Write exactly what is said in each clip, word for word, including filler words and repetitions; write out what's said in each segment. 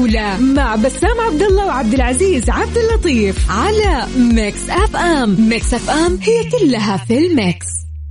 الجولة مع بسام عبد الله وعبد العزيز عبد اللطيف على ميكس اف ام. ميكس اف ام هي كلها في الميكس.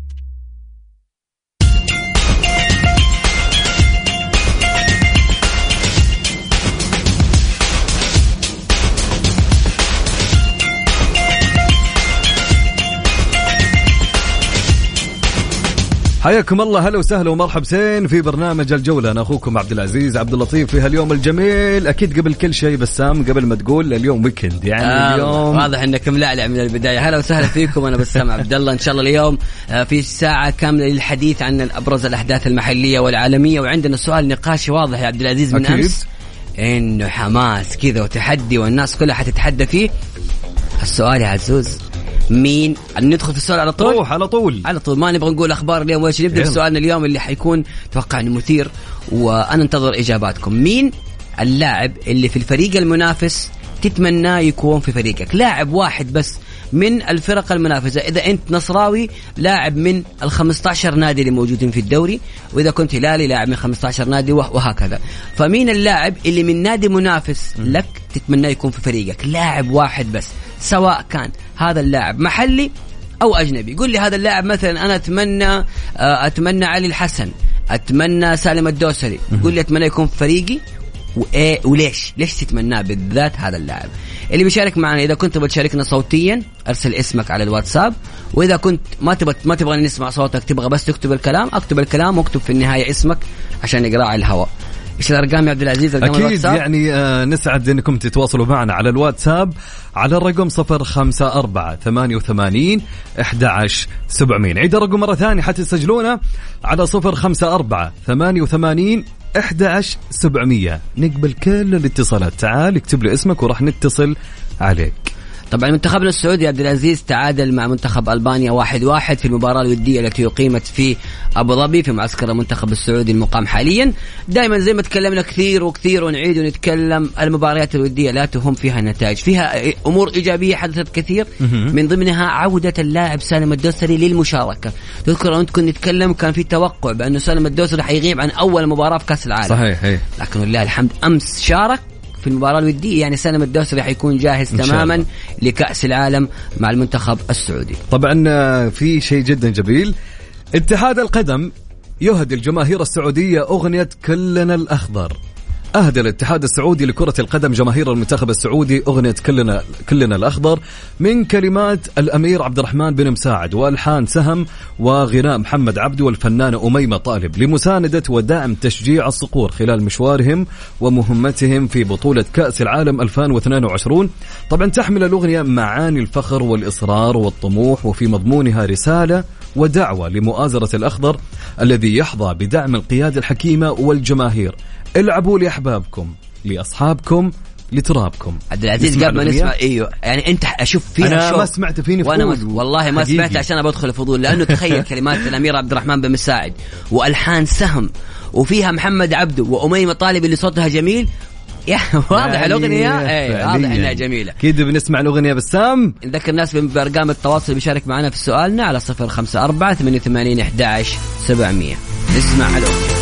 حياكم الله، هلا وسهلا ومرحبتين في برنامج الجولة. أنا أخوكم عبد العزيز عبد اللطيف في هاليوم الجميل. أكيد قبل كل شيء بسام، قبل ما تقول اليوم ويكند يعني آه اليوم واضح إنك ملعلع من البداية. هلا وسهلا فيكم، أنا بسام عبد الله. إن شاء الله اليوم في ساعة كاملة للحديث عن أبرز الأحداث المحلية والعالمية، وعندنا سؤال نقاشي واضح يا عبد العزيز من أكيد. أمس إنه حماس كذا وتحدي والناس كلها حتتحدى فيه. السؤال يا عزوز، مين ندخل في السؤال على طول؟ روح على طول على طول، ما نبغى نقول أخبار اليوم وش. نبدأ بسؤالنا اليوم اللي حيكون توقع إنه مثير، وأنا انتظر إجاباتكم. مين اللاعب اللي في الفريق المنافس تتمنى يكون في فريقك؟ لاعب واحد بس من الفرق المنافسة. إذا أنت نصراوي لاعب من الخمسة عشر نادي اللي موجودين في الدوري، وإذا كنت هلالي لاعب من خمسة عشر نادي، وهكذا. فمين اللاعب اللي من نادي منافس لك تتمنى يكون في فريقك؟ لاعب واحد بس، سواء كان هذا اللاعب محلي أو أجنبي. قل لي هذا اللاعب مثلا أنا أتمنى أتمنى علي الحسن، أتمنى سالم الدوسري. قل لي أتمنى يكون في فريقي وإيه وليش؟ ليش تتمناه بالذات هذا اللاعب؟ اللي بيشارك معنا، إذا كنت بتشاركنا صوتيا أرسل اسمك على الواتساب، وإذا كنت ما تبغى ما تبغى نسمع صوتك، تبغى بس تكتب الكلام، أكتب الكلام واكتب في النهاية اسمك عشان نقرأ على الهواء. إيش الأرقام يا عبد العزيز؟ أكيد الواتساب؟ يعني آه نسعد إنكم تتواصلوا معنا على الواتساب على الرقم صفر خمسة أربعة ثمانية وثمانين أحد عشر سبعمية. عيد الرقم مرة ثانية حتى تسجلونه على صفر خمسة أربعة ثمانية وثمانين أحد عشر سبعمية. نقبل كل الاتصالات، تعال اكتب لي اسمك وراح نتصل عليك. طبعا منتخبنا السعودي عبد العزيز تعادل مع منتخب ألبانيا واحد واحد في المباراة الودية التي أقيمت في أبو ظبي في معسكر المنتخب السعودي المقام حاليا. دائما زي ما تكلمنا كثير وكثير ونعيد ونتكلم، المباريات الودية لا تهم فيها النتائج، فيها أمور إيجابية حدثت كثير، من ضمنها عودة اللاعب سالم الدوسري للمشاركة. تذكر أنت كنت نتكلم كان في توقع بأنه سالم الدوسري حيغيب عن أول مباراة في كأس العالم. صحيح هي. لكن لله الحمد أمس شارك في المباراة الودية، يعني سالم الدوسري حيكون جاهز تماما لكأس العالم مع المنتخب السعودي. طبعا في شيء جدا جميل، اتحاد القدم يهدي الجماهير السعودية أغنية كلنا الأخضر. أهدى الاتحاد السعودي لكرة القدم جماهير المنتخب السعودي أغنية كلنا كلنا الأخضر من كلمات الأمير عبد الرحمن بن مساعد وألحان سهم وغناء محمد عبد والفنانة أميمة طالب، لمساندة ودعم تشجيع الصقور خلال مشوارهم ومهمتهم في بطولة كأس العالم ألفين واثنين وعشرين. طبعا تحمل الأغنية معاني الفخر والإصرار والطموح، وفي مضمونها رسالة ودعوة لمؤازرة الأخضر الذي يحظى بدعم القيادة الحكيمة والجماهير. العبوا لأحبابكم، لأصحابكم، لترابكم. عبد العزيز قبل ما نسمع ايوه يعني انت اشوف فيها أنا شوف. ما سمعت فيني فضول، وانا والله ما سمعت عشان ابغى ادخل الفضول، لانه تخيل كلمات الامير عبد الرحمن بن مساعد والحان سهم وفيها محمد عبده وأميمة طالب اللي صوتها جميل. يا واضح الأغنية ايه واضح انها جميلة. كده بنسمع الأغنية بسام. نذكر الناس بأرقام التواصل بيشارك معنا في سؤالنا على صفر خمسة أربعة ثمانية وثمانين أحد عشر سبعمية. نسمع الأغنية.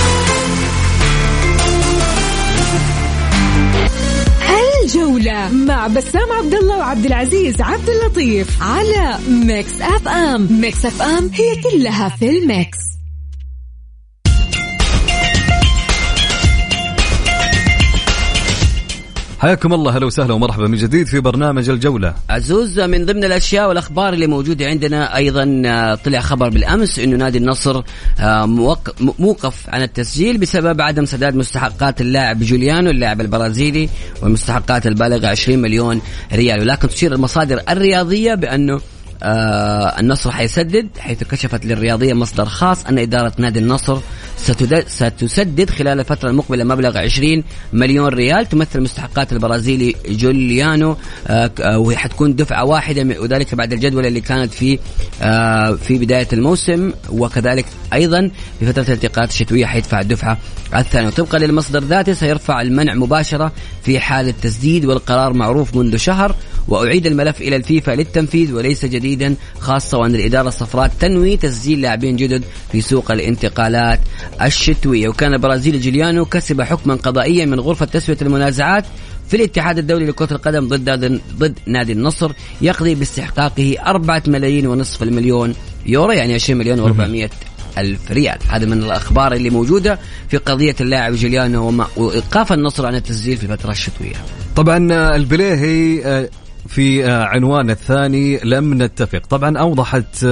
الجولة مع بسام عبد الله وعبد العزيز عبد اللطيف على ميكس اف ام. ميكس اف ام هي كلها في الميكس. حياكم الله، هلا وسهلا ومرحبا من جديد في برنامج الجولة. عزوز، من ضمن الأشياء والأخبار اللي موجودة عندنا أيضا طلع خبر بالأمس إنه نادي النصر موقف عن التسجيل بسبب عدم سداد مستحقات اللاعب جوليانو اللاعب البرازيلي، والمستحقات البالغة عشرين مليون ريال. ولكن تشير المصادر الرياضية بأنه آه النصر حيسدد، حيث كشفت للرياضية مصدر خاص أن إدارة نادي النصر ستسدد خلال الفترة المقبلة مبلغ عشرين مليون ريال تمثل مستحقات البرازيلي جوليانو، آه وهي حتكون دفعة واحدة، وذلك بعد الجدول اللي كانت في آه في بداية الموسم، وكذلك أيضا في فترة الانتقالات الشتوية حيدفع الدفعة الثانية. وطبقا للمصدر ذاته سيرفع المنع مباشرة في حال التسديد، والقرار معروف منذ شهر، وأعيد الملف إلى الفيفا للتنفيذ وليس جديدا، خاصة وأن الإدارة الصفراء تنوي تسجيل لاعبين جدد في سوق الانتقالات الشتوية. وكان البرازيلي جوليانو كسب حكما قضائيا من غرفة تسوية المنازعات في الاتحاد الدولي لكرة القدم ضد ضد نادي النصر، يقضي باستحقاقه أربعة ملايين ونصف المليون يورو، يعني عشرين مليون وأربعمائة ألف ريال. هذا من الأخبار اللي موجودة في قضية اللاعب جوليانو وإيقاف النصر عن التسجيل في الفترة الشتوية. طبعا البليهي في عنوان الثاني لم نتفق. طبعا أوضحت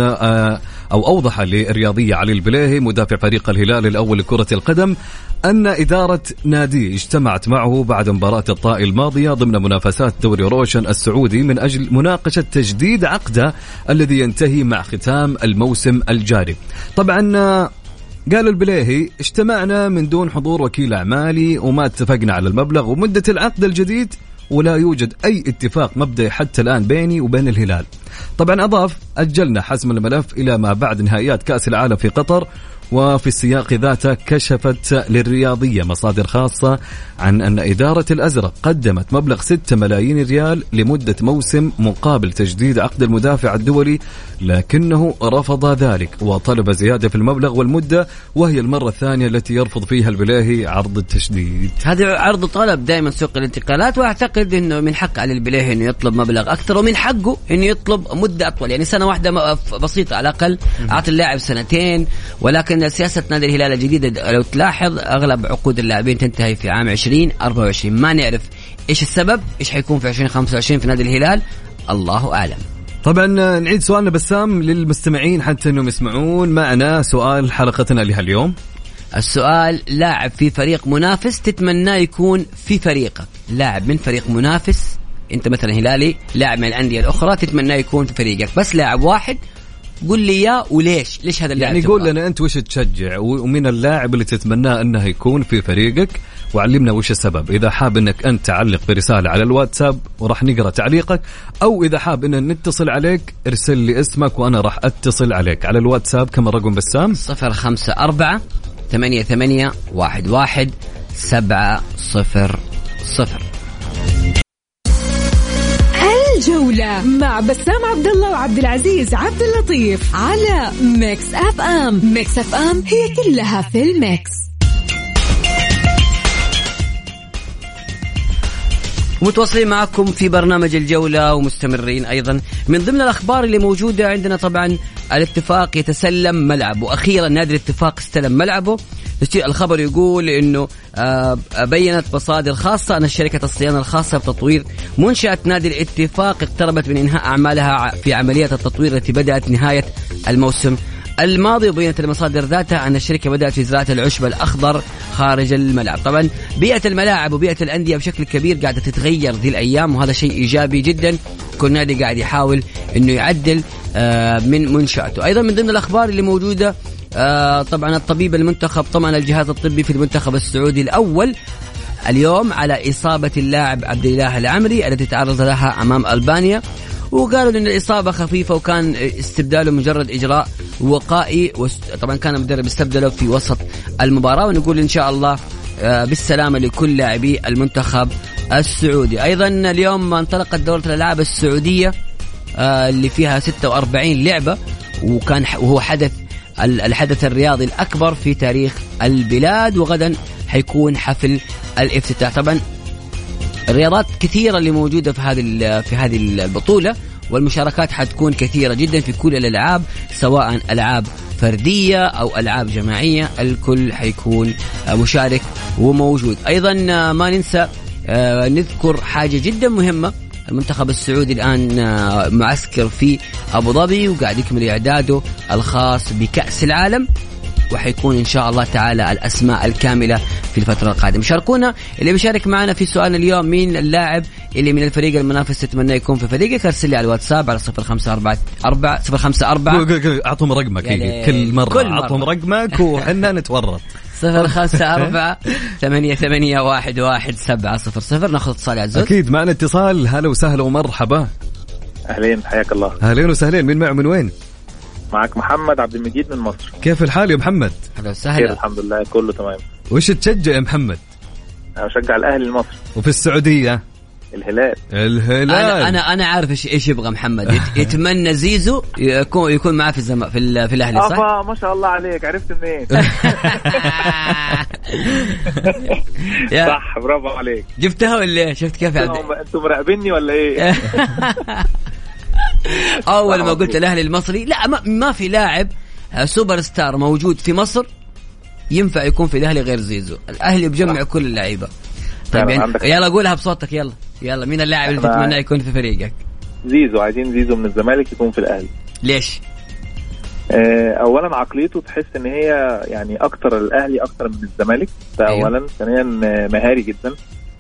أو أوضح للرياضية علي البليهي مدافع فريق الهلال الأول لكرة القدم أن إدارة نادي اجتمعت معه بعد مباراة الطائي الماضية ضمن منافسات دوري روشن السعودي من أجل مناقشة تجديد عقده الذي ينتهي مع ختام الموسم الجاري. طبعا قال البليهي اجتمعنا من دون حضور وكيل أعمالي وما اتفقنا على المبلغ ومدة العقد الجديد، ولا يوجد أي اتفاق مبدئي حتى الآن بيني وبين الهلال. طبعا أضاف أجلنا حسم الملف إلى ما بعد نهائيات كأس العالم في قطر. وفي السياق ذاته كشفت للرياضية مصادر خاصة عن أن إدارة الأزرق قدمت مبلغ ستة ملايين ريال لمدة موسم مقابل تجديد عقد المدافع الدولي، لكنه رفض ذلك وطلب زيادة في المبلغ والمدة، وهي المرة الثانية التي يرفض فيها البليهي عرض التجديد. هذا عرض طلب دائما سوق الانتقالات، وأعتقد أنه من حق على البليهي أنه يطلب مبلغ أكثر، ومن حقه أنه يطلب مدة أطول، يعني سنة واحدة بسيطة على الأقل، أعطي اللاعب سنتين. ولكن سياسة نادي الهلال الجديدة لو تلاحظ أغلب عقود اللاعبين تنتهي في عام عشرين أربعة وعشرين، ما نعرف إيش السبب، إيش حيكون في عشرين خمسة وعشرين في نادي الهلال، الله أعلم. طبعا نعيد سؤالنا بسام للمستمعين حتى أنهم يسمعون معنا سؤال حلقتنا لها اليوم. السؤال: لاعب في فريق منافس تتمنى يكون في فريقك، لاعب من فريق منافس، أنت مثلا هلالي، لاعب من الأندية الأخرى تتمنى يكون في فريقك، بس لاعب واحد قل لي يا وليش، ليش هذا اللاعب؟ يعني قول لنا أنت وش تشجع ومن اللاعب اللي تتمناه أنه يكون في فريقك، وعلمنا وش السبب. إذا حاب أنك أنت تعلق برسالة على الواتساب وراح نقرأ تعليقك، أو إذا حاب أن نتصل عليك ارسل لي اسمك وأنا راح أتصل عليك على الواتساب. كم الرقم بسام؟ صفر خمسة أربعة ثمانية ثمانية واحد واحد سبعة صفر صفر. الجولة مع بسام عبد الله وعبد العزيز عبد اللطيف على ميكس اف ام. ميكس اف ام هي كلها في الميكس. متواصلين معكم في برنامج الجولة ومستمرين أيضا. من ضمن الأخبار اللي موجودة عندنا طبعا الاتفاق يتسلم ملعب، وأخيرا نادي الاتفاق استلم ملعبه. الخبر يقول إنه بيّنت مصادر خاصة أن شركة الصيانة الخاصة بتطوير منشأة نادي الاتفاق اقتربت من إنهاء أعمالها في عملية التطوير التي بدأت نهاية الموسم الماضي. وبينت المصادر ذاتها أن الشركة بدأت في زراعة العشب الأخضر خارج الملعب. طبعا بيئة الملاعب وبيئة الأندية بشكل كبير قاعدة تتغير ذي الأيام، وهذا شيء إيجابي جدا. كل نادي قاعد يحاول إنه يعدل من منشأته. أيضا من ضمن الأخبار اللي موجودة طبعا الطبيب المنتخب طمأن الجهاز الطبي في المنتخب السعودي الأول اليوم على إصابة اللاعب عبد الله العمري التي تعرض لها أمام ألبانيا، وقالوا إن الإصابة خفيفة وكان استبداله مجرد إجراء وقائي. طبعا كان المدرب استبدله في وسط المباراة، ونقول إن شاء الله بالسلامة لكل لاعبي المنتخب السعودي. أيضا اليوم انطلقت دورة الألعاب السعودية اللي فيها ستة وأربعين لعبة، وكان وهو حدث الحدث الرياضي الأكبر في تاريخ البلاد، وغدا حيكون حفل الافتتاح. طبعا الرياضات كثيرة اللي موجودة في هذه في هذه البطولة، والمشاركات حتكون كثيرة جدا في كل الألعاب، سواء ألعاب فردية أو ألعاب جماعية، الكل حيكون مشارك وموجود. أيضا ما ننسى نذكر حاجة جدا مهمة، المنتخب السعودي الآن معسكر في أبو ظبي وقاعد يكمل إعداده الخاص بكأس العالم، وحيكون إن شاء الله تعالى الأسماء الكاملة في الفترة القادمة. شاركونا اللي بيشارك معنا في سؤالنا اليوم، مين اللاعب اللي من الفريق المنافس تتمنى يكون في فريقك؟ ارسل لي على الواتساب على صفر خمسة أربعة أربعة صفر خمسة أربعة. أعطهم رقمك كل مرة، أعطهم رقمك وحنا نتورط. صفر خمسة أربعة ثمانية ثمانية واحد واحد سبعة صفر صفر. ناخذ اتصال يا عزوز. أكيد معنا اتصال. هلا وسهلا ومرحبا. أهلين، حياك الله. أهلين وسهلين. مين معه من وين؟ معك محمد عبد المجيد من مصر. كيف الحال يا محمد؟ أهلا وسهلا. الحمد لله كله تمام. وش تشجع يا محمد؟ أنا أشجع الأهلي المصري. وفي السعودية؟ الهلال. الهلال. انا انا انا عارف ايش ايش يبغى محمد. يتمنى زيزو يكون يكون معاه في الزم... في ال... في الاهلي صح؟ اه ما شاء الله عليك، عرفت منين؟ صح برافو عليك. جبتها ولا شفت كيف؟ انتم مراقبيني ولا ايه؟ اول ما قلت الاهلي المصري لا ما, ما في لاعب سوبر ستار موجود في مصر ينفع يكون في الاهلي غير زيزو. الاهلي بجمع كل اللعيبه. طيب يعني يلا قولها بصوتك. يلا يلا مين اللاعب اللي تتمنى يكون في فريقك؟ زيزو. عايزين زيزو من الزمالك يكون في الاهلي. ليش؟ آه اولا عقليته تحس ان هي يعني اكتر الاهلي اكتر من الزمالك ده. أيوه. اولا ثانيا مهاري جدا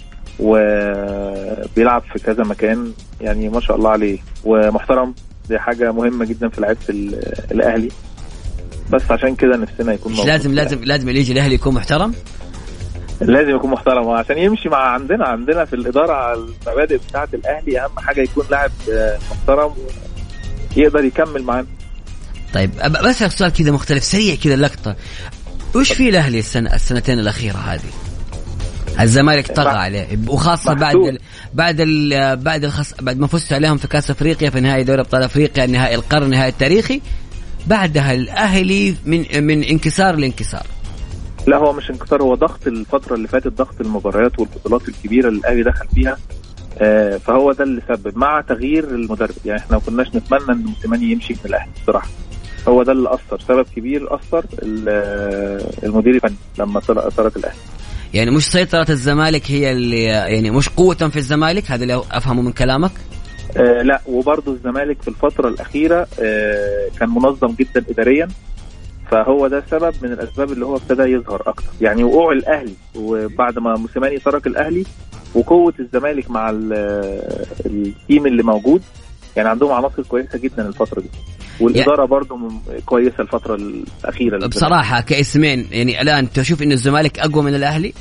وبيلعب في كذا مكان يعني ما شاء الله عليه ومحترم. دي حاجه مهمه جدا في لعيبه الاهلي. بس عشان كده نفسنا يكون موجود. لازم لازم يعني. لازم اللي يجي الاهلي يكون محترم. لازم يكون محترم عشان يمشي مع عندنا عندنا في الاداره على المبادئ بتاعه الاهلي. اهم حاجه يكون لاعب محترم يقدر يكمل معانا. طيب بس سؤال كذا مختلف سريع كذا لقطه. وش في الاهلي السنه السنتين الاخيره هذه؟ الزمالك طغى عليه وخاصه بعد ال بعد ال بعد الخص بعد ما فزت عليهم في كاس افريقيا في نهائي دوري ابطال افريقيا نهائي القرن نهائي التاريخي. بعدها الاهلي من من انكسار لانكسار. لا هو مش انكسار، هو ضغط الفتره اللي فاتت، ضغط المباريات والبطولات الكبيره اللي الاهلي دخل فيها. آه فهو ده اللي سبب مع تغيير المدرب. يعني احنا ما كناش نتمنى ان موسيماني يمشي من الاهلي بصراحه. هو ده اللي اثر، سبب كبير اثر المدير الفني لما طلعت الاهلي. يعني مش سيطره الزمالك هي اللي يعني مش قوه في الزمالك، هذا اللي افهمه من كلامك. آه لا وبرضه الزمالك في الفتره الاخيره آه كان منظم جدا اداريا. فهو ده سبب من الأسباب اللي هو ابتدى يظهر أكتر. يعني وقوع الأهلي وبعد ما موسيماني ترك الأهلي وقوة الزمالك مع التيم اللي موجود. يعني عندهم عناصر كويسة جدا الفترة دي والإدارة برضو كويسة الفترة الأخيرة. بصراحة كاسمين يعني الآن تشوف إن الزمالك أقوى من الأهلي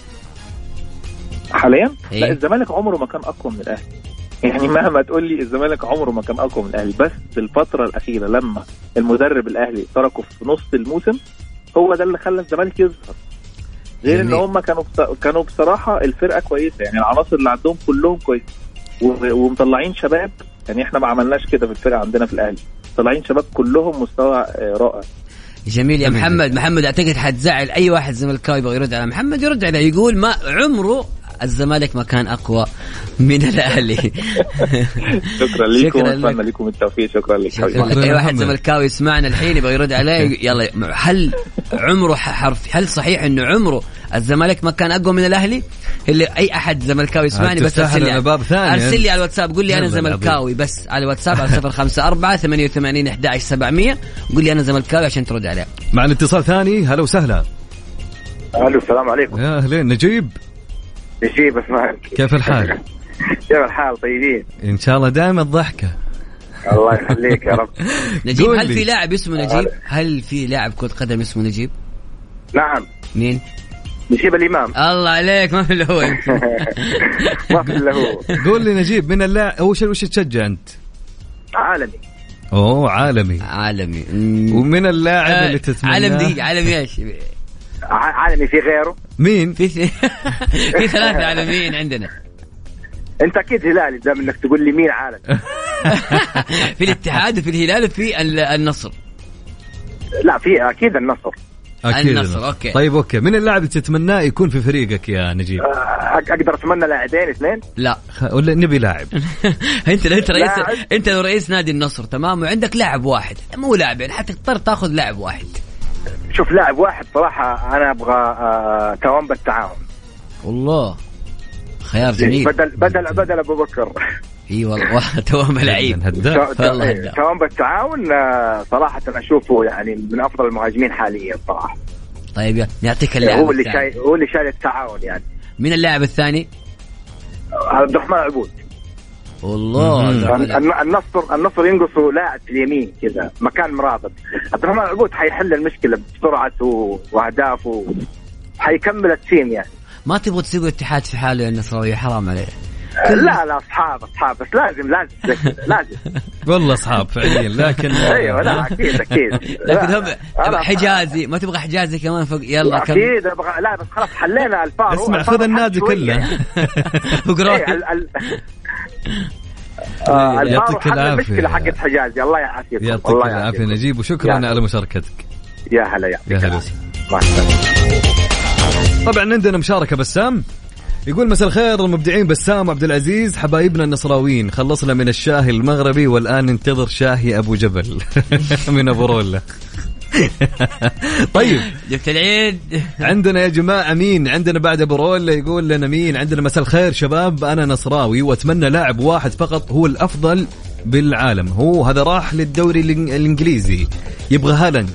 حاليا؟ إيه؟ لا الزمالك عمره ما كان أقوى من الأهلي. يعني مهما تقول لي الزمالك عمره ما كان أقوى من الأهلي. بس في الفترة الأخيرة لما المدرب الأهلي تركه في نص الموسم هو ده اللي خلى الزمالك يظهر. غير ان هم كانوا كانوا بصراحة الفرقة كويسة. يعني العناصر اللي عندهم كلهم كويسة ومطلعين شباب. يعني احنا ما عملناش كده في الفرقة عندنا في الأهلي. طلعين شباب كلهم مستوى رائع. جميل يا محمد. محمد اعتقد حتزعل اي واحد زملكاوي يبغى يرد على محمد. يرد عليه يقول ما عمره الزمالك ما كان أقوى من الأهلي. شكرا لكم وأتمنى لكم التوفيق. شكرا لك. شكرا أي واحد زملكاوي يسمعنا الحين يبغى يرد عليه يلا. هل عمره حرف هل صحيح إنه عمره الزمالك ما كان أقوى من الأهلي؟ اللي أي أحد زملكاوي يسمعني بس أرسل لي أرسل لي على الواتساب قول لي أنا زملكاوي بس على الواتساب على صفر خمسة أربعة ثمانية وثمانين أحد عشر سبعمية قول لي أنا زملكاوي عشان ترد عليه. مع الاتصال ثاني. هلا وسهلا. ألو السلام عليكم. يا أهلين. نجيب. نجيب اسمعك. كيف الحال؟ كيف الحال؟ طيبين إن شاء الله دائما الضحكة. الله يخليك يا رب. نجيب هل في لاعب اسمه نجيب؟ هل في لاعب كرة قدم اسمه نجيب؟ نعم. مين؟ نجيب الإمام. الله عليك ما في إلا هو. ما في إلا هو. قول لي نجيب من اللاعب أول شيء وش تشجع أنت؟ عالمي. أوه عالمي. عالمي. ومن اللاعب آه اللي تتمنى؟ عالم دي عالمي إيش؟ عالمي في غيره؟ مين؟ في في ثلاثة عالميين عندنا. أنت أكيد هلالي دام إنك تقول لي مين عالم. في الاتحاد وفي الهلال وفي النصر. لا في أكيد النصر. أكيد النصر. أوكي. طيب أوكي من اللاعب اللي تتمناه يكون في فريقك يا نجيب؟ أقدر أتمنى لاعبين اثنين؟ لا ولا نبي لاعب. أنت أنت رئيس أنت لو رئيس نادي النصر تمام وعندك لاعب واحد مو لاعبين حتى تضطر تأخذ لاعب واحد. شوف لاعب واحد صراحة أنا أبغى آه توام بالتعاون. والله خيار جميل. بدل بدل بدل أبو بكر. إي والله توام لعيب. توام بالتعاون آه صراحة أنا أشوفه يعني من أفضل المهاجمين حاليا صراحة. طيب نعطيك اللاعب هو اللي شايل هو اللي شايل التعاون يعني. من اللاعب الثاني؟ عبد الرحمن عبود. والله النصر النصر ينقصوا لاعب في اليمين كذا مكان مرابط. عبد الرحمن عبود حيحل المشكلة بسرعته وأهدافه حيكمل التيم يعني. ما تبغى تسيبوا الاتحاد في حاله يا النصراوي حرام عليه. لا لا أصحاب أصحاب بس لازم لازم لازم. والله أصحاب فعليا لكن. أيوة لا أكيد أكيد. لكن هم حجازي ما تبغى حجازي كمان فوق يلا كم. أكيد أبغى لا بس خلاص حلينا الفارو. اسمع خذ النادي كله. وقروحي آه يعطيك العافية. المشكلة حقت حجازي. الله يعافيك. يعطيك العافية نجيب، وشكرا على مشاركتك. يا هلا يا هلا. طبعا عندنا مشاركة بسام يقول مساء الخير المبدعين بسام وعبد العزيز، حبايبنا النصراويين، خلصنا من الشاهي المغربي والآن ننتظر شاهي أبو جبل من أبو رولا. طيب جبت العيد. عندنا يا جماعة مين عندنا بعد أبو رولا؟ يقول لنا مين عندنا؟ مساء الخير شباب، أنا نصراوي وأتمنى لاعب واحد فقط هو الأفضل بالعالم، هو هذا راح للدوري الإنجليزي، يبغى هالاند.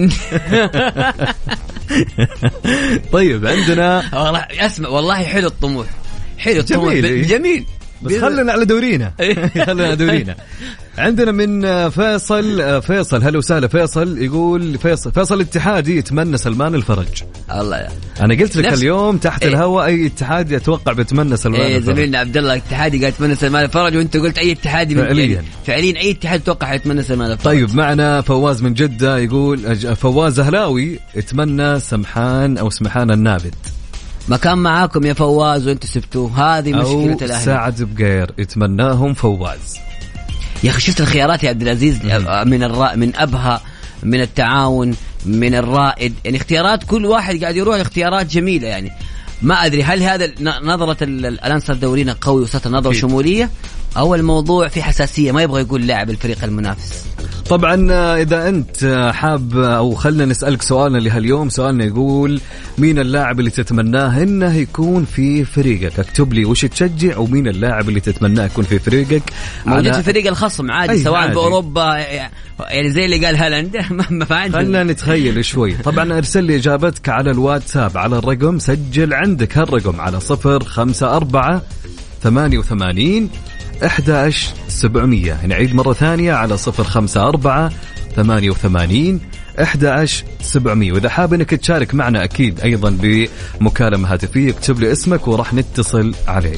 طيب عندنا والله اسمع، والله حلو الطموح، حلو الطموح، جميل, جميل. بس خلنا على دورينا. خلنا على دورينا. عندنا من فيصل فيصل هلا وسهلا فيصل، يقول فيصل فيصل اتحادي يتمنى سلمان الفرج. الله يا. انا قلت لك اليوم تحت ايه؟ الهواء اي اتحادي اتوقع بيتمنى سلمان ايه الفرج. زميلنا عبد الله اتحادي قال يتمنى سلمان الفرج، وانت قلت اي اتحادي فعليا فعليا اي اتحاد اتوقع يتمنى سلمان الفرج. طيب معنا فواز من جدة يقول فواز زهلاوي يتمنى سمحان او سمحان النابد. ما كان معاكم يا فواز وانتوا سبتوه، هذه مشكلة الأهلي. أو سعد بقير يتمناهم فواز. يا أخي شفت الخيارات يا عبد العزيز، من الرا من أبها، من التعاون، من الرائد، يعني اختيارات كل واحد قاعد يروح اختيارات جميلة. يعني ما أدري هل هذا نظرة الآن صار دورينا قوي وصارت نظرة شمولية، أو الموضوع في حساسية ما يبغى يقول لاعب الفريق المنافس. طبعا إذا أنت حاب أو خلنا نسألك سؤالنا لهاليوم، سؤالنا يقول مين اللاعب اللي تتمناه إنه يكون في فريقك؟ اكتب لي وش تشجع ومين اللاعب اللي تتمناه يكون في فريقك. موجود في فريق الخصم عادي سواء عادي. بأوروبا يعني زي اللي قال هالاند. ما فعندي. خلنا نتخيل شوي. طبعا ارسل لي إجابتك على الواتساب على الرقم، سجل عندك هالرقم على صفر خمسة أربعة ثمانية وثمانين أحد عشر سبعمية. نعيد مرة ثانية على صفر خمسة أربعة ثمانية وثمانين أحد عشر سبعمية. وإذا حاب أنك تشارك معنا أكيد أيضا بمكالمة هاتفية اكتب لي اسمك وراح نتصل عليك.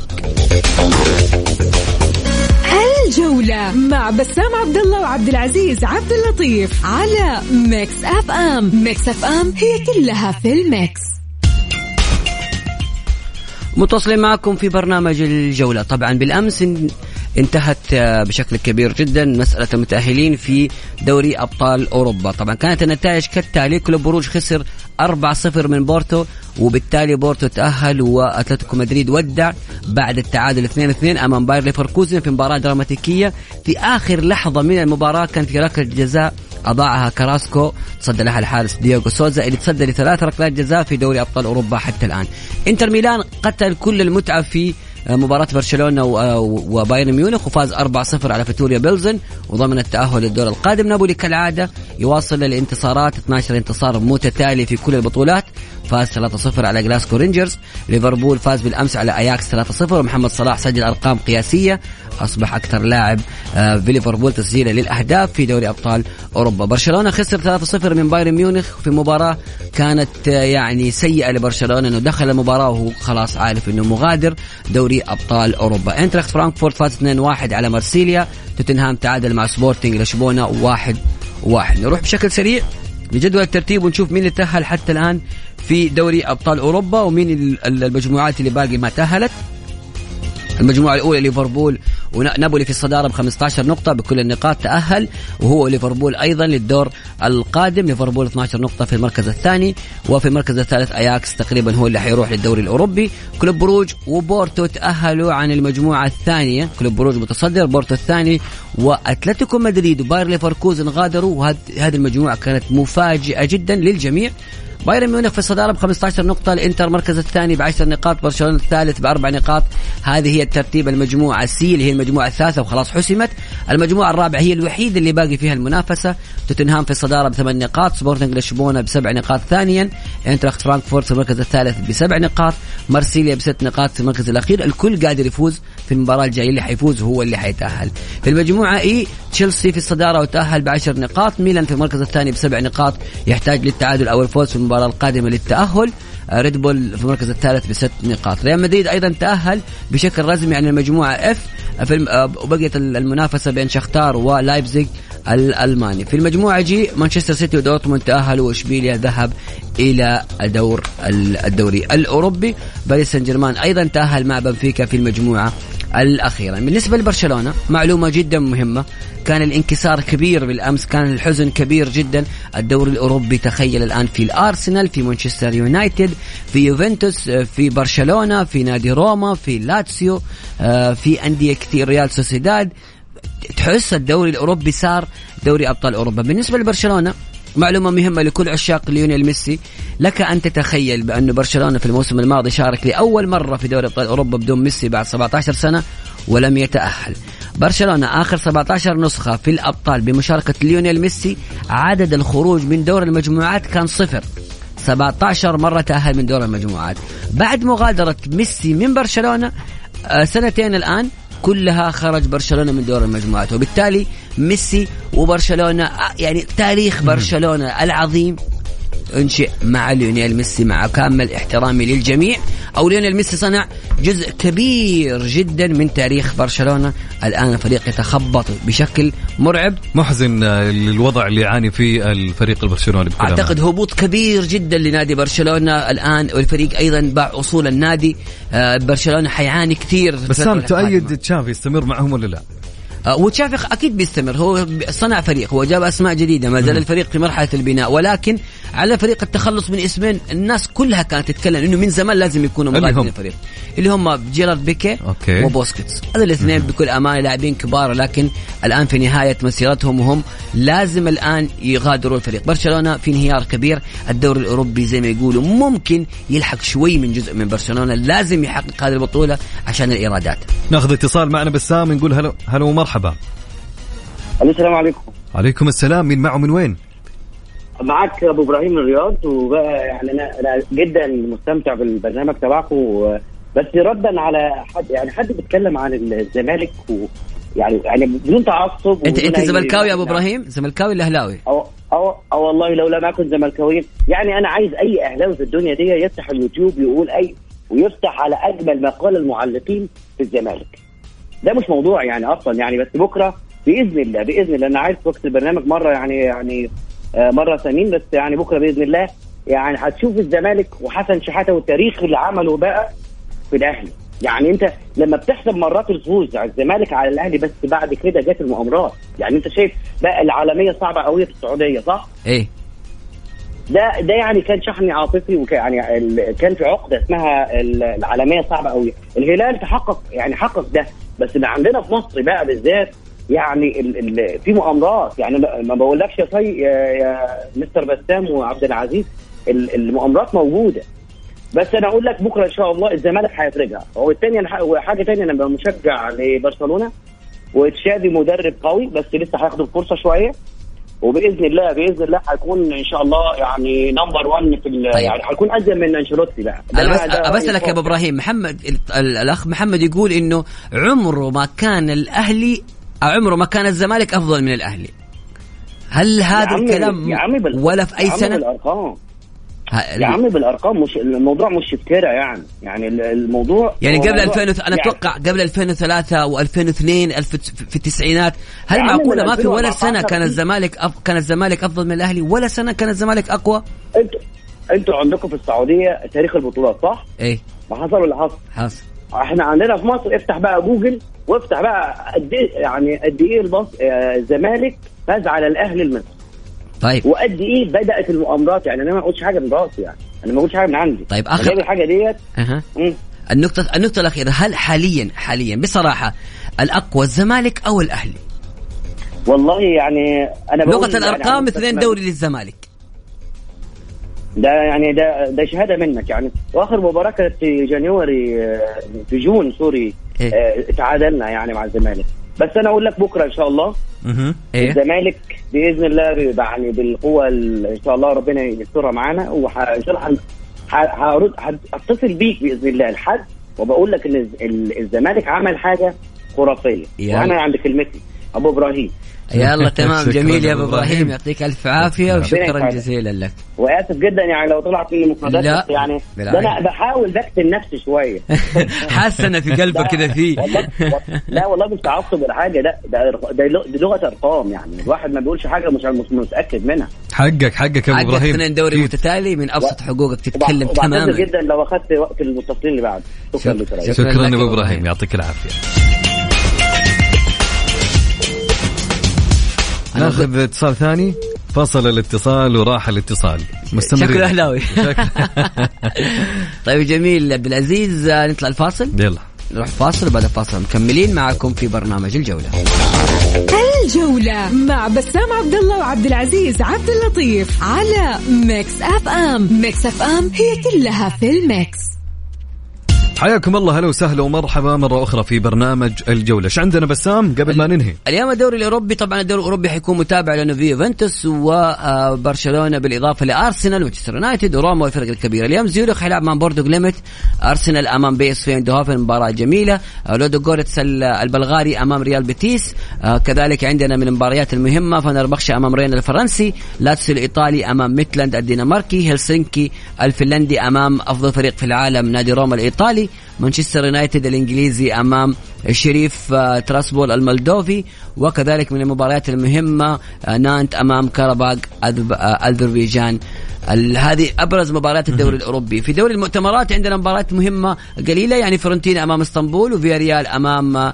الجولة مع بسام عبد الله وعبد العزيز عبد اللطيف على ميكس أف أم. ميكس أف أم هي كلها في الميكس. متصلين معكم في برنامج الجولة. طبعا بالأمس انتهت بشكل كبير جدا مسألة المتأهلين في دوري أبطال أوروبا. طبعا كانت النتائج كالتالي: كلوب بروج خسر أربعة صفر من بورتو، وبالتالي بورتو تأهل، وأتلتيكو مدريد ودع بعد التعادل اثنين اثنين أمام باير ليفركوزن في مباراة دراماتيكية. في آخر لحظة من المباراة كانت في ركلة جزاء أضاعها كاراسكو، تصدى لها الحارس دياغو سوزا اللي تصدى لثلاث ركلات جزاء في دوري أبطال أوروبا حتى الآن. انتر ميلان قتل كل المتعة في مباراة برشلونة وبايرن ميونخ وفاز أربعة صفر على فيتوريا بيلزن وضمن التأهل للدور القادم. نابولي كالعادة يواصل الانتصارات، اثني عشر انتصار متتالي في كل البطولات، فاز ثلاثة صفر على غلاسكو رينجرز. ليفربول فاز بالأمس على أياكس ثلاثة صفر، ومحمد صلاح سجل أرقام قياسية، أصبح أكثر لاعب في ليفربول تسجيلا للأهداف في دوري أبطال أوروبا. برشلونة خسر ثلاثة صفر من بايرن ميونخ في مباراة كانت يعني سيئة لبرشلونة، أنه دخل المباراة وهو خلاص عارف أنه مغادر دوري أبطال أوروبا. انتراخت فرانكفورت فاز اثنين واحد على مارسيليا. توتنهام تعادل مع سبورتينغ لشبونة واحد واحد. نروح بشكل سريع لجدول الترتيب ونشوف مين اللي تأهل حتى الآن في دوري أبطال أوروبا ومين المجموعات اللي باقي ما تأهلت. المجموعة الأولى ليفربول ونابولي في الصدارة بخمسة عشر نقطة بكل النقاط تأهل، وهو ليفربول أيضا للدور القادم. ليفربول اثني عشر نقطة في المركز الثاني، وفي المركز الثالث أياكس تقريبا هو اللي حيروح للدوري الأوروبي. كلوب بروج وبورتو تأهلوا عن المجموعة الثانية، كلوب بروج متصدر، بورتو الثاني، وأتلتيكو مدريد وباير ليفركوزن غادروا، وهذه المجموعة كانت مفاجئة جدا للجميع. بايرن ميونخ في الصدارة بخمسة عشر نقطة، الانتر مركز الثاني بعشر نقاط، برشلونة الثالث بأربع نقاط. هذه هي الترتيب المجموعة سي اللي هي المجموعة الثالثة وخلاص حسمت. المجموعة الرابعة هي الوحيدة اللي باقي فيها المنافسة. توتنهام في الصدارة بثمان نقاط، سبورتنغ لشبونة بسبع نقاط ثانيا، انتراخت فرانكفورت في المركز الثالث بسبع نقاط، مارسيليا بست نقاط في المركز الأخير. الكل قادر يفوز في المباراة الجاية، اللي حيفوز هو اللي حيتأهل. في المجموعة اي تشيلسي في الصدارة وتأهل بعشر نقاط، ميلان في المركز الثاني بسبع نقاط يحتاج للتعادل أو الفوز في المباراة القادمة للتأهل. ريد بول في المركز الثالث بست نقاط. ريال مدريد أيضا تأهل بشكل رسمي عن المجموعة اف، وبقيت المنافسة بين شختار ولايبزيغ الألماني. في المجموعة جي مانشستر سيتي ودورتموند تأهلوا، وإشبيليا ذهب إلى دور الدوري الأوروبي. باريس سان جيرمان أيضا تأهل مع بنفيكا في المجموعة الأخيرة. بالنسبة لبرشلونة معلومة جدا مهمة، كان الانكسار كبير بالأمس، كان الحزن كبير جدا. الدوري الأوروبي تخيل الآن في الأرسنال، في مانشستر يونايتد، في يوفنتوس، في برشلونة، في نادي روما، في لاتسيو، في أندية كثير، ريال سوسيداد. تحس الدوري الأوروبي صار دوري أبطال أوروبا. بالنسبة لبرشلونة معلومة مهمة لكل عشاق ليونيل ميسي، لك أن تتخيل بأن برشلونة في الموسم الماضي شارك لأول مرة في دوري أبطال أوروبا بدون ميسي بعد سبعة عشر سنة ولم يتأهل. برشلونة آخر سبعة عشر نسخة في الأبطال بمشاركة ليونيل ميسي عدد الخروج من دور المجموعات كان صفر، سبعة عشر مرة تأهل من دور المجموعات. بعد مغادرة ميسي من برشلونة سنتين الآن كلها خرج برشلونة من دور المجموعات، وبالتالي ميسي وبرشلونة يعني تاريخ برشلونة العظيم انشئ مع ليونيل ميسي، مع كامل احترامي للجميع. أو ليونيل ميسي صنع جزء كبير جدا من تاريخ برشلونة. الآن الفريق يتخبط بشكل مرعب، محزن الوضع اللي يعاني فيه الفريق البرشلوني. أعتقد هبوط كبير جدا لنادي برشلونة الآن، والفريق أيضا باع أصول النادي. برشلونة حيعاني كثير. بس سام تؤيد تشافي يستمر معهم ولا لا؟ وتشافي أكيد بيستمر، هو صنع فريق، هو جاب أسماء جديدة، ما زال الفريق في مرحلة البناء، ولكن على فريق التخلص من اسمين الناس كلها كانت تتكلم إنه من زمان لازم يكونوا مغادرين الفريق، اللي هم جيرارد بيكي أوكي. وبوسكيتس. هذا الاثنين بكل أمانة لاعبين كبار، لكن الآن في نهاية مسيرتهم وهم لازم الآن يغادروا الفريق. برشلونة في انهيار كبير. الدوري الأوروبي زي ما يقولوا ممكن يلحق شوي من جزء من برشلونة، لازم يحقق هذه البطولة عشان الإيرادات. ناخذ اتصال معنا بسام، نقول هلو هلو مرحبا. السلام عليكم. عليكم السلام. مين معه من وين؟ معك ابو ابراهيم من الرياض. وبقى يعني انا انا جدا مستمتع بالبرنامج تبعكم، بس ردا على حد يعني حد بيتكلم عن الزمالك ويعني يعني بدون تعصب. انت انت زملكاوي يا ابو ابراهيم؟ زملكاوي ولا اهلاوي؟ او او او والله لو لم اكن زملكاوي يعني انا عايز اي اهلاوي في الدنيا دي يفتح اليوتيوب يقول اي ويفتح على اجمل ما قال المعلقين في الزمالك. ده مش موضوع يعني اصلا يعني، بس بكره باذن الله باذن الله انا عارف وقت البرنامج مره يعني يعني مره ثمين، بس يعني بكره باذن الله يعني هتشوف الزمالك وحسن شحاته والتاريخ اللي عمله بقى في الاهلي. يعني انت لما بتحسب مرات الفوز على الزمالك على الاهلي، بس بعد كده جت المؤامرات. يعني انت شايف بقى العالميه صعبه قويه في السعوديه صح؟ ايه ده ده يعني كان شحن عاطفي، وكان يعني كان في عقده اسمها العالميه صعبه قوي. الهلال تحقق يعني حقق ده، بس اللي عندنا في مصر بقى بالذات يعني ال ال في مؤامرات. يعني ما بقولكش يا صي يا, يا مستر بسام وعبد العزيز، المؤامرات موجوده. بس انا اقول لك بكره ان شاء الله الزمالك هيترجع. هو الثاني حاجه ثانيه، انا مشجع لبرشلونه وتشافي مدرب قوي، بس لسه هياخد الفرصه شويه، وباذن الله باذن الله هيكون ان شاء الله يعني نمبر واحد في طيب. يعني هيكون اقدم من انشيلوتي بقى. انا بس بسالك يا ابو ابراهيم، محمد الاخ محمد يقول انه عمره ما كان الاهلي عمره ما كان الزمالك افضل من الاهلي. هل هذا الكلام ولا في اي سنه؟ بالارقام يا عمي بالارقام، مش الموضوع مش افتراء يعني يعني الموضوع يعني قبل ألفين وث... انا اتوقع يعني قبل ألفين وثلاثة وألفين واثنين الف... في التسعينات هل معقوله ما في ولا سنه كان الزمالك أف... كان الزمالك افضل من الاهلي؟ ولا سنه كان الزمالك اقوى؟ انتوا انتوا عندكم في السعوديه تاريخ البطولات صح؟ ايه ما حصل ولا حصل؟ حصل. احنا عندنا في مصر افتح بقى جوجل وافتح بقى قد ايه يعني قد ايه البص الزمالك فاز على الاهلي المصري. طيب وقد ايه بدات المؤامرات. يعني انا ما قلتش حاجه من راسي، يعني انا ما قلتش حاجه من عندي. طيب اخر الحاجه ديت اها النقطه النقطه الاخيره، هل حاليا حاليا بصراحه الاقوى الزمالك او الاهلي؟ والله يعني انا لغه الارقام يعني اثنين دوري للزمالك. ده يعني ده ده شهاده منك يعني. واخر مباراه كانت في جانيوري في جون سوري إيه؟ اه تعادلنا يعني مع الزمالك. بس انا اقول لك بكره ان شاء الله إيه؟ الزمالك باذن الله يعني بالقوه ان شاء الله ربنا يسترها معانا، وان شاء الله هرد هتصل بيك باذن الله الحد وبقول لك ان الزمالك عمل حاجه خرافيه وانا عند كلمتي. ابو ابراهيم. يلا تمام جميل يا ابو ابراهيم، يعطيك الف عافيه وشكرا جزيلا لك. واسف جدا يعني لو طلعت مني مقدسات يعني، ده انا بحاول بكتم نفسي شويه. حاسه في قلبك كده فيه. لا والله مش تعصب ولا حاجه، لا ده دي لغه ارقام يعني، الواحد ما بيقولش حاجه مش متاكد منها. حقك حقك يا ابو ابراهيم، اثنين دوري متتالي من ابسط حقوقك تتكلم تماما. جدا لو اخذت وقت المتصلين اللي بعد. شكرا شكرا, شكرا يا ابو ابراهيم، يعطيك العافيه. ناخذ اتصال ثاني. فصل الاتصال وراح الاتصال. مستمرين. شكله أهلاوي. طيب جميل عبد العزيز، نطلع الفاصل. يلا نروح فاصل، بعد الفاصل مكملين معكم في برنامج الجولة. الجولة مع بسام عبد الله وعبد العزيز عبد اللطيف على ميكس اف ام. ميكس اف ام هي كلها في الميكس. حياكم الله، هلا وسهلا ومرحبا مرة أخرى في برنامج الجولة. شو عندنا بسام قبل ما ننهي؟ اليوم الدوري الأوروبي، طبعا الدوري الأوروبي حيكون متابع لأنه في يوفنتوس وبرشلونة بالإضافة لأرسنال ومانشستر يونايتد وروما والفرق الكبيرة. اليوم زيورخ حيلعب مع بوردو جليمت، أرسنال أمام بي اس في ايندهوفن مباراة جميلة، لودو غورتس البلغاري أمام ريال بيتيس. كذلك عندنا من المباريات المهمة فنربخشة أمام رينا الفرنسي، لاتسيو الإيطالي أمام ميتلاند الدنماركي، هلسنكي الفنلندي أمام أفضل فريق في العالم نادي روما الإيطالي، مانشستر يونايتد الإنجليزي أمام الشريف تراسبول المولدوفي. وكذلك من المباريات المهمة نانت أمام كاراباغ أذربيجان. هذه أبرز مباريات الدوري الأوروبي. في دوري المؤتمرات عندنا مباريات مهمة قليلة، يعني فرونتينا أمام اسطنبول، وفياريال أمام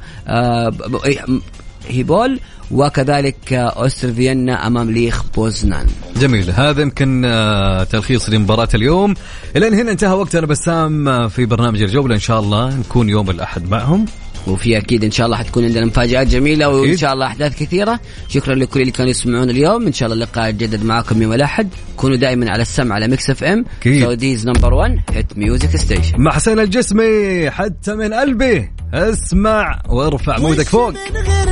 هيبول، وكذلك أوستر فيينا أمام ليخ بوزنان. جميل، هذا يمكن تلخيص لمباراة اليوم. إلى هنا انتهى وقتنا بسام في برنامج الجولة. إن شاء الله نكون يوم الأحد معهم، وفي أكيد إن شاء الله حتكون عندنا مفاجآت جميلة وإن شاء الله أحداث كثيرة. شكرا لكل اللي كانوا يسمعون اليوم. إن شاء الله اللقاء يتجدد معكم يوم الأحد. كونوا دائما على السمع على ميكس اف ام، سعوديز نمبر وان هيت ميوزك ستيشن. مع حسين الجسمي حتى من قلبي، اسمع وارفع مودك فوق.